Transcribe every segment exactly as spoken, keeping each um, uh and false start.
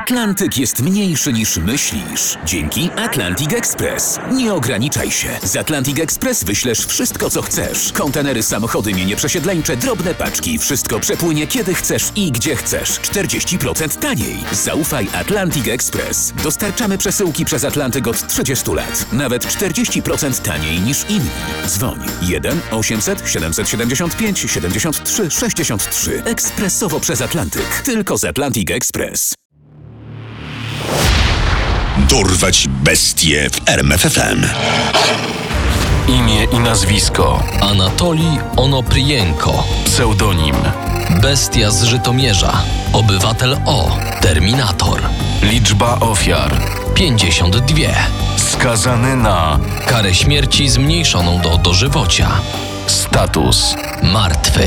Atlantyk jest mniejszy niż myślisz. Dzięki Atlantic Express. Nie ograniczaj się. Z Atlantic Express wyślesz wszystko, co chcesz. Kontenery, samochody, mienie przesiedleńcze, drobne paczki. Wszystko przepłynie kiedy chcesz i gdzie chcesz. czterdzieści procent taniej. Zaufaj Atlantic Express. Dostarczamy przesyłki przez Atlantyk od trzydziestu lat. Nawet czterdzieści procent taniej niż inni. Dzwoń jeden osiemset siedemset siedemdziesiąt pięć siedemdziesiąt trzy sześćdziesiąt trzy. Ekspresowo przez Atlantyk. Tylko z Atlantic Express. Dorwać bestie w R M F F M. Imię i nazwisko: Anatolij Onoprijenko. pseudonim: Bestia z Żytomierza. Obywatel O. Terminator. liczba ofiar: pięćdziesiąt dwie. skazany na Karę śmierci zmniejszoną do dożywocia. status: Martwy.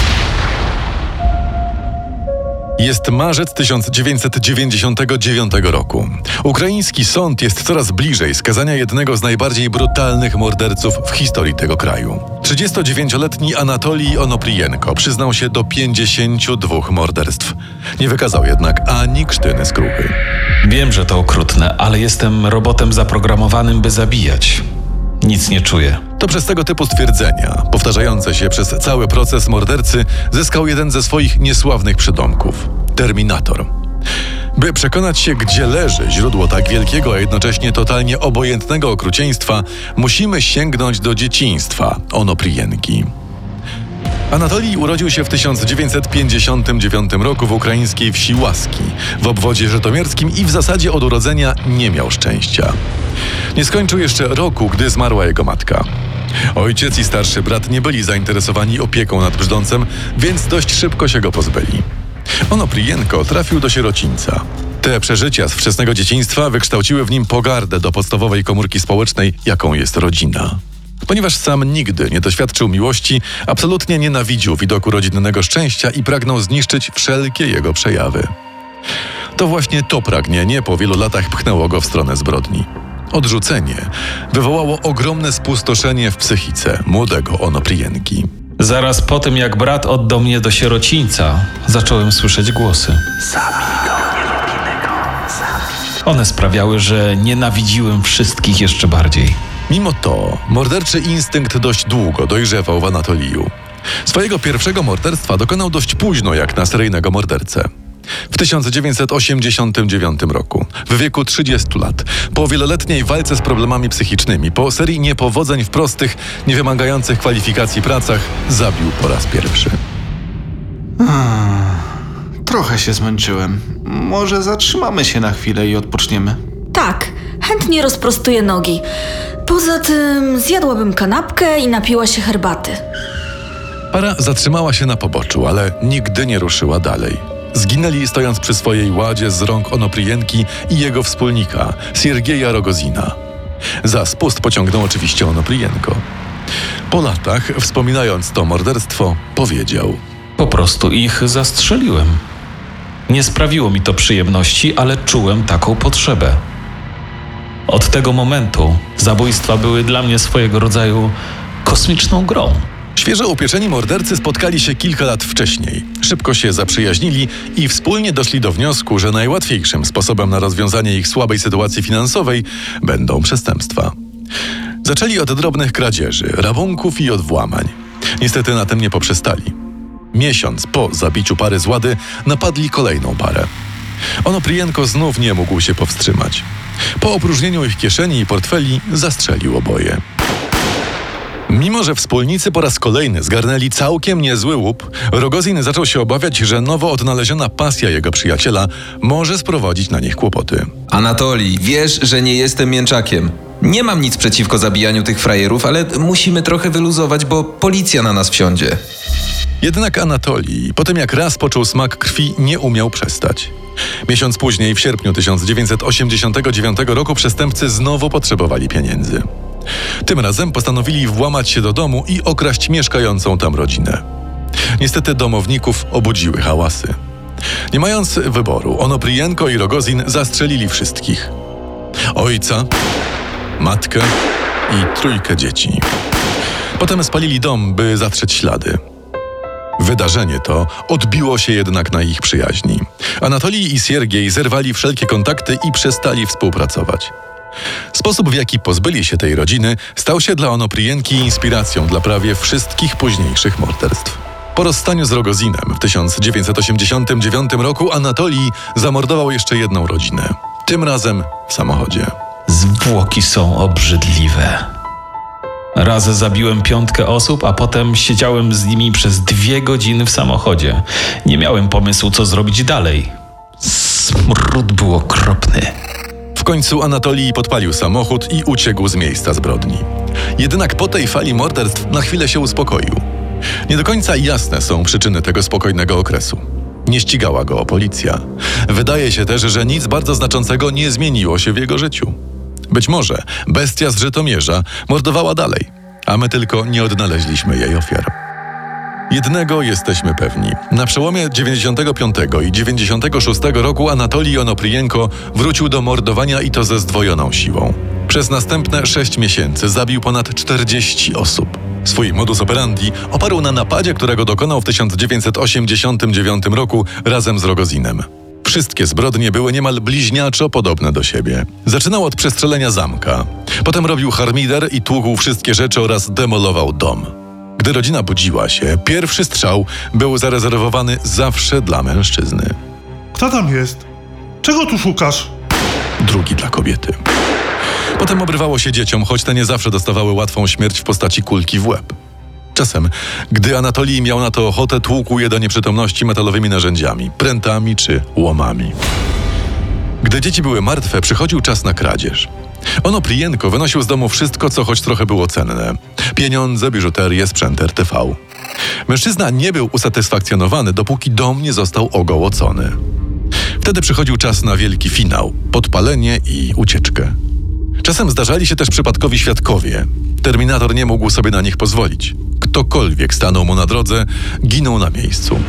Jest marzec tysiąc dziewięćset dziewięćdziesiątego dziewiątego roku. Ukraiński sąd jest coraz bliżej skazania jednego z najbardziej brutalnych morderców w historii tego kraju. trzydziestodziewięcioletni Anatolij Onoprijenko przyznał się do pięćdziesięciu dwóch morderstw. Nie wykazał jednak ani krztyny skruchy. Wiem, że to okrutne, ale jestem robotem zaprogramowanym, by zabijać. Nic nie czuję. To przez tego typu stwierdzenia, powtarzające się przez cały proces mordercy, zyskał jeden ze swoich niesławnych przydomków – Terminator. By przekonać się, gdzie leży źródło tak wielkiego, a jednocześnie totalnie obojętnego okrucieństwa, musimy sięgnąć do dzieciństwa Onoprijenki. Anatolij urodził się w tysiąc dziewięćset pięćdziesiątym dziewiątym roku w ukraińskiej wsi Łaski, w obwodzie żytomierskim i w zasadzie od urodzenia nie miał szczęścia. Nie skończył jeszcze roku, gdy zmarła jego matka. Ojciec i starszy brat nie byli zainteresowani opieką nad brzdącem, więc dość szybko się go pozbyli. Onoprijenko trafił do sierocińca. Te przeżycia z wczesnego dzieciństwa wykształciły w nim pogardę do podstawowej komórki społecznej, jaką jest rodzina. Ponieważ sam nigdy nie doświadczył miłości, absolutnie nienawidził widoku rodzinnego szczęścia i pragnął zniszczyć wszelkie jego przejawy. To właśnie to pragnienie po wielu latach pchnęło go w stronę zbrodni. Odrzucenie wywołało ogromne spustoszenie w psychice młodego Onoprijenki. Zaraz po tym, jak brat oddał mnie do sierocińca, zacząłem słyszeć głosy. One sprawiały, że nienawidziłem wszystkich jeszcze bardziej. Mimo to morderczy instynkt dość długo dojrzewał w Anatoliju. Swojego pierwszego morderstwa dokonał dość późno jak na seryjnego mordercę. W tysiąc dziewięćset osiemdziesiątym dziewiątym roku, w wieku trzydziestu lat, po wieloletniej walce z problemami psychicznymi, po serii niepowodzeń w prostych, niewymagających kwalifikacji pracach, zabił po raz pierwszy. Hmm, trochę się zmęczyłem. Może zatrzymamy się na chwilę i odpoczniemy? Tak, chętnie rozprostuję nogi. Poza tym zjadłabym kanapkę i napiła się herbaty. Para zatrzymała się na poboczu, ale nigdy nie ruszyła dalej. Zginęli stojąc przy swojej ładzie z rąk Onoprijenki i jego wspólnika, Siergieja Rogozina. Za spust pociągnął oczywiście Onoprijenko. Po latach, wspominając to morderstwo, powiedział: Po prostu ich zastrzeliłem. Nie sprawiło mi to przyjemności, ale czułem taką potrzebę. Od tego momentu zabójstwa były dla mnie swojego rodzaju kosmiczną grą. Świeżo upieczeni mordercy spotkali się kilka lat wcześniej. Szybko się zaprzyjaźnili i wspólnie doszli do wniosku, że najłatwiejszym sposobem na rozwiązanie ich słabej sytuacji finansowej będą przestępstwa. Zaczęli od drobnych kradzieży, rabunków i od włamań. Niestety na tym nie poprzestali. Miesiąc po zabiciu pary z Łady napadli kolejną parę. Onoprijenko znów nie mógł się powstrzymać. Po opróżnieniu ich kieszeni i portfeli zastrzelił oboje. Mimo że wspólnicy po raz kolejny zgarnęli całkiem niezły łup, Rogozin zaczął się obawiać, że nowo odnaleziona pasja jego przyjaciela może sprowadzić na nich kłopoty. Anatolij, wiesz, że nie jestem mięczakiem. Nie mam nic przeciwko zabijaniu tych frajerów, ale musimy trochę wyluzować, bo policja na nas wsiądzie. Jednak Anatolij, po tym jak raz poczuł smak krwi, nie umiał przestać. Miesiąc później, w sierpniu tysiąc dziewięćset osiemdziesiątego dziewiątego roku, przestępcy znowu potrzebowali pieniędzy. Tym razem postanowili włamać się do domu i okraść mieszkającą tam rodzinę. Niestety domowników obudziły hałasy. Nie mając wyboru, Onoprijenko i Rogozin zastrzelili wszystkich. Ojca, matkę i trójkę dzieci. Potem spalili dom, by zatrzeć ślady. Wydarzenie to odbiło się jednak na ich przyjaźni. Anatolij i Siergiej zerwali wszelkie kontakty i przestali współpracować. Sposób, w jaki pozbyli się tej rodziny, stał się dla Onoprijenki inspiracją dla prawie wszystkich późniejszych morderstw. Po rozstaniu z Rogozinem w tysiąc dziewięćset osiemdziesiątym dziewiątym roku Anatolij zamordował jeszcze jedną rodzinę. Tym razem w samochodzie. Zwłoki są obrzydliwe. Raz zabiłem piątkę osób, a potem siedziałem z nimi przez dwie godziny w samochodzie. Nie miałem pomysłu, co zrobić dalej. Smród był okropny. W końcu Anatolij podpalił samochód i uciekł z miejsca zbrodni. Jednak po tej fali morderstw na chwilę się uspokoił. Nie do końca jasne są przyczyny tego spokojnego okresu. Nie ścigała go policja. Wydaje się też, że nic bardzo znaczącego nie zmieniło się w jego życiu. Być może bestia z Żytomierza mordowała dalej, a my tylko nie odnaleźliśmy jej ofiar. Jednego jesteśmy pewni. Na przełomie dziewięćdziesiątego piątego i dziewięćdziesiątego szóstego roku Anatolij Onoprijenko wrócił do mordowania i to ze zdwojoną siłą. Przez następne sześć miesięcy zabił ponad czterdzieści osób. Swój modus operandi oparł na napadzie, którego dokonał w tysiąc dziewięćset osiemdziesiątym dziewiątym roku razem z Rogozinem. Wszystkie zbrodnie były niemal bliźniaczo podobne do siebie. Zaczynał od przestrzelenia zamka. Potem robił harmider i tłukł wszystkie rzeczy oraz demolował dom. Gdy rodzina budziła się, pierwszy strzał był zarezerwowany zawsze dla mężczyzny. Kto tam jest? Czego tu szukasz? Drugi dla kobiety. Potem obrywało się dzieciom, choć te nie zawsze dostawały łatwą śmierć w postaci kulki w łeb. Czasem, gdy Anatolij miał na to ochotę, tłukł je do nieprzytomności metalowymi narzędziami, prętami czy łomami. Gdy dzieci były martwe, przychodził czas na kradzież. Onoprijenko wynosił z domu wszystko, co choć trochę było cenne. Pieniądze, biżuterię, sprzęt R T V. Mężczyzna nie był usatysfakcjonowany, dopóki dom nie został ogołocony. Wtedy przychodził czas na wielki finał, podpalenie i ucieczkę. Czasem zdarzali się też przypadkowi świadkowie. Terminator nie mógł sobie na nich pozwolić. Ktokolwiek stanął mu na drodze, ginął na miejscu.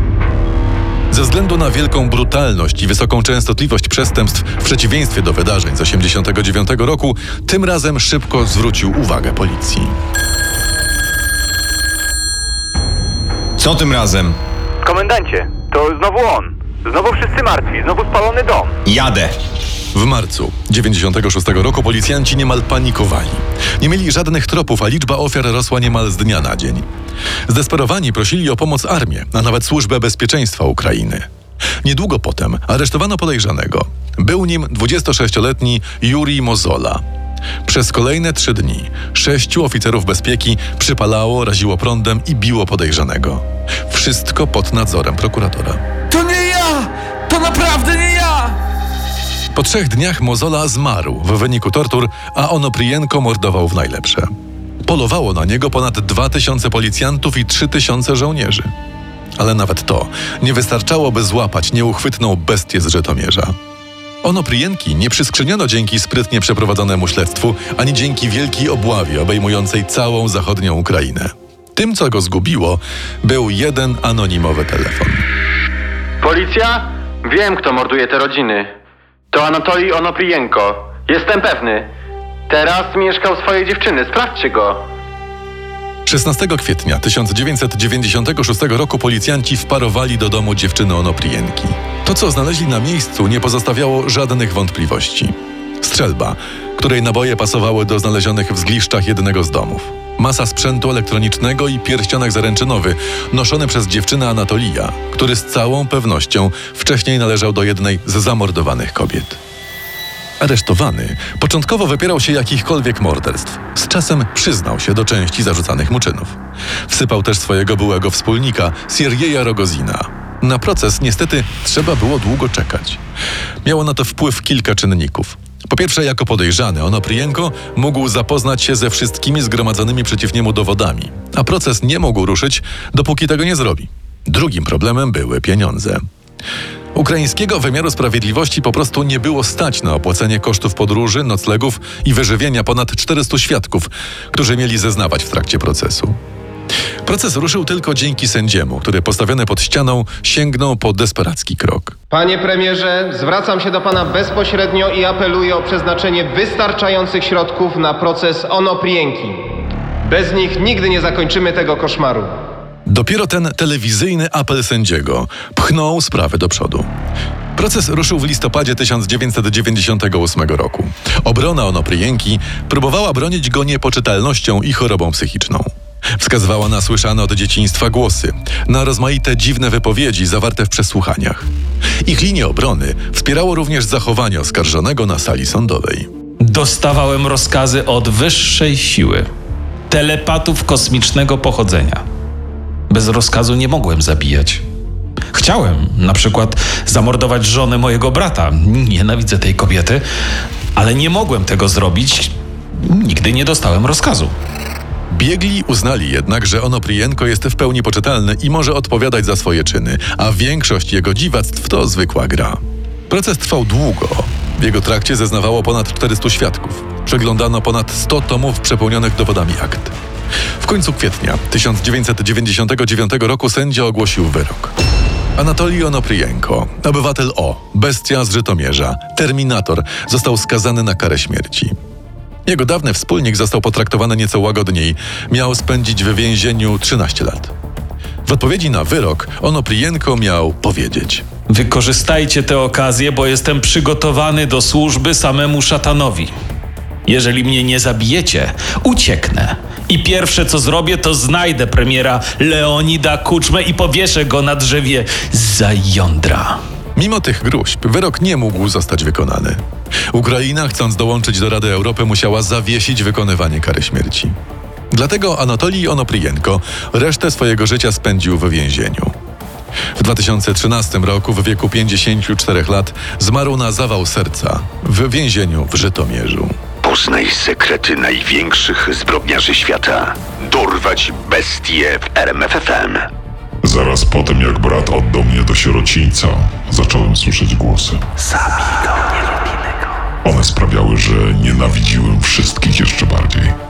Ze względu na wielką brutalność i wysoką częstotliwość przestępstw, w przeciwieństwie do wydarzeń z osiemdziesiątego dziewiątego roku, tym razem szybko zwrócił uwagę policji. Co tym razem? Komendancie, to znowu on. Znowu wszyscy martwi, znowu spalony dom. Jadę. W marcu dziewięćdziesiątego szóstego roku policjanci niemal panikowali. Nie mieli żadnych tropów, a liczba ofiar rosła niemal z dnia na dzień. Zdesperowani prosili o pomoc armię, a nawet Służbę Bezpieczeństwa Ukrainy. Niedługo potem aresztowano podejrzanego. Był nim dwudziestosześcioletni Jurij Mozola. Przez kolejne trzy dni sześciu oficerów bezpieki przypalało, raziło prądem i biło podejrzanego. Wszystko pod nadzorem prokuratora. To nie ja! To naprawdę nie ja! Po trzech dniach Mozola zmarł w wyniku tortur, a Onoprijenko mordował w najlepsze. Polowało na niego ponad dwa tysiące policjantów i trzy tysiące żołnierzy. Ale nawet to nie wystarczało, by złapać nieuchwytną bestię z Żytomierza. Onoprijenki nie przyskrzyniono dzięki sprytnie przeprowadzonemu śledztwu, ani dzięki wielkiej obławie obejmującej całą zachodnią Ukrainę. Tym, co go zgubiło, był jeden anonimowy telefon. Policja? Wiem, kto morduje te rodziny. To Anatolij Onoprijenko. Jestem pewny. Teraz mieszka u swojej dziewczyny. Sprawdźcie go. szesnastego kwietnia tysiąc dziewięćset dziewięćdziesiątego szóstego roku policjanci wparowali do domu dziewczyny Onoprijenki. To, co znaleźli na miejscu, nie pozostawiało żadnych wątpliwości. Strzelba, której naboje pasowały do znalezionych w zgliszczach jednego z domów. Masa sprzętu elektronicznego i pierścionek zaręczynowy noszony przez dziewczynę Anatolija, który z całą pewnością wcześniej należał do jednej z zamordowanych kobiet. Aresztowany początkowo wypierał się jakichkolwiek morderstw. Z czasem przyznał się do części zarzucanych mu czynów. Wsypał też swojego byłego wspólnika, Siergieja Rogozina. Na proces niestety trzeba było długo czekać. Miało na to wpływ kilka czynników. Po pierwsze, jako podejrzany, Onoprijenko mógł zapoznać się ze wszystkimi zgromadzonymi przeciw niemu dowodami, a proces nie mógł ruszyć, dopóki tego nie zrobi. Drugim problemem były pieniądze. Ukraińskiego wymiaru sprawiedliwości po prostu nie było stać na opłacenie kosztów podróży, noclegów i wyżywienia ponad czterystu świadków, którzy mieli zeznawać w trakcie procesu. Proces ruszył tylko dzięki sędziemu, który postawiony pod ścianą sięgnął po desperacki krok. Panie premierze, zwracam się do pana bezpośrednio i apeluję o przeznaczenie wystarczających środków na proces Onoprijenki. Bez nich nigdy nie zakończymy tego koszmaru. Dopiero ten telewizyjny apel sędziego pchnął sprawę do przodu. Proces ruszył w listopadzie tysiąc dziewięćset dziewięćdziesiątego ósmego roku. Obrona Onopryjenki próbowała bronić go niepoczytalnością i chorobą psychiczną. Wskazywała na słyszane od dzieciństwa głosy, na rozmaite dziwne wypowiedzi zawarte w przesłuchaniach. Ich linię obrony wspierało również zachowanie oskarżonego na sali sądowej. Dostawałem rozkazy od wyższej siły, telepatów kosmicznego pochodzenia. Bez rozkazu nie mogłem zabijać. Chciałem na przykład zamordować żonę mojego brata. Nienawidzę tej kobiety, ale nie mogłem tego zrobić. Nigdy nie dostałem rozkazu. Biegli uznali jednak, że Onopryjenko jest w pełni poczytalny i może odpowiadać za swoje czyny, a większość jego dziwactw to zwykła gra. Proces trwał długo. W jego trakcie zeznawało ponad czterystu świadków. Przeglądano ponad sto tomów przepełnionych dowodami akt. W końcu kwietnia tysiąc dziewięćset dziewięćdziesiątego dziewiątego roku sędzia ogłosił wyrok. Anatolij Onopryjenko, obywatel O, bestia z Żytomierza, terminator, został skazany na karę śmierci. Jego dawny wspólnik został potraktowany nieco łagodniej. Miał spędzić w więzieniu trzynaście lat. W odpowiedzi na wyrok Onopryjenko miał powiedzieć: Wykorzystajcie tę okazję, bo jestem przygotowany do służby samemu szatanowi. Jeżeli mnie nie zabijecie, ucieknę. I pierwsze co zrobię, to znajdę premiera Leonida Kuczmę i powieszę go na drzewie za jądra. Mimo tych gruźb wyrok nie mógł zostać wykonany. Ukraina, chcąc dołączyć do Rady Europy, musiała zawiesić wykonywanie kary śmierci. Dlatego Anatolij Onopryjenko resztę swojego życia spędził w więzieniu. W dwa tysiące trzynastym roku w wieku pięćdziesięciu czterech lat zmarł na zawał serca w więzieniu w Żytomierzu. Poznaj sekrety największych zbrodniarzy świata. Dorwać bestie w R M F F M. Zaraz po tym, jak brat oddał mnie do sierocińca, zacząłem słyszeć głosy. Zabij go, nie lubimy go. One sprawiały, że nienawidziłem wszystkich jeszcze bardziej.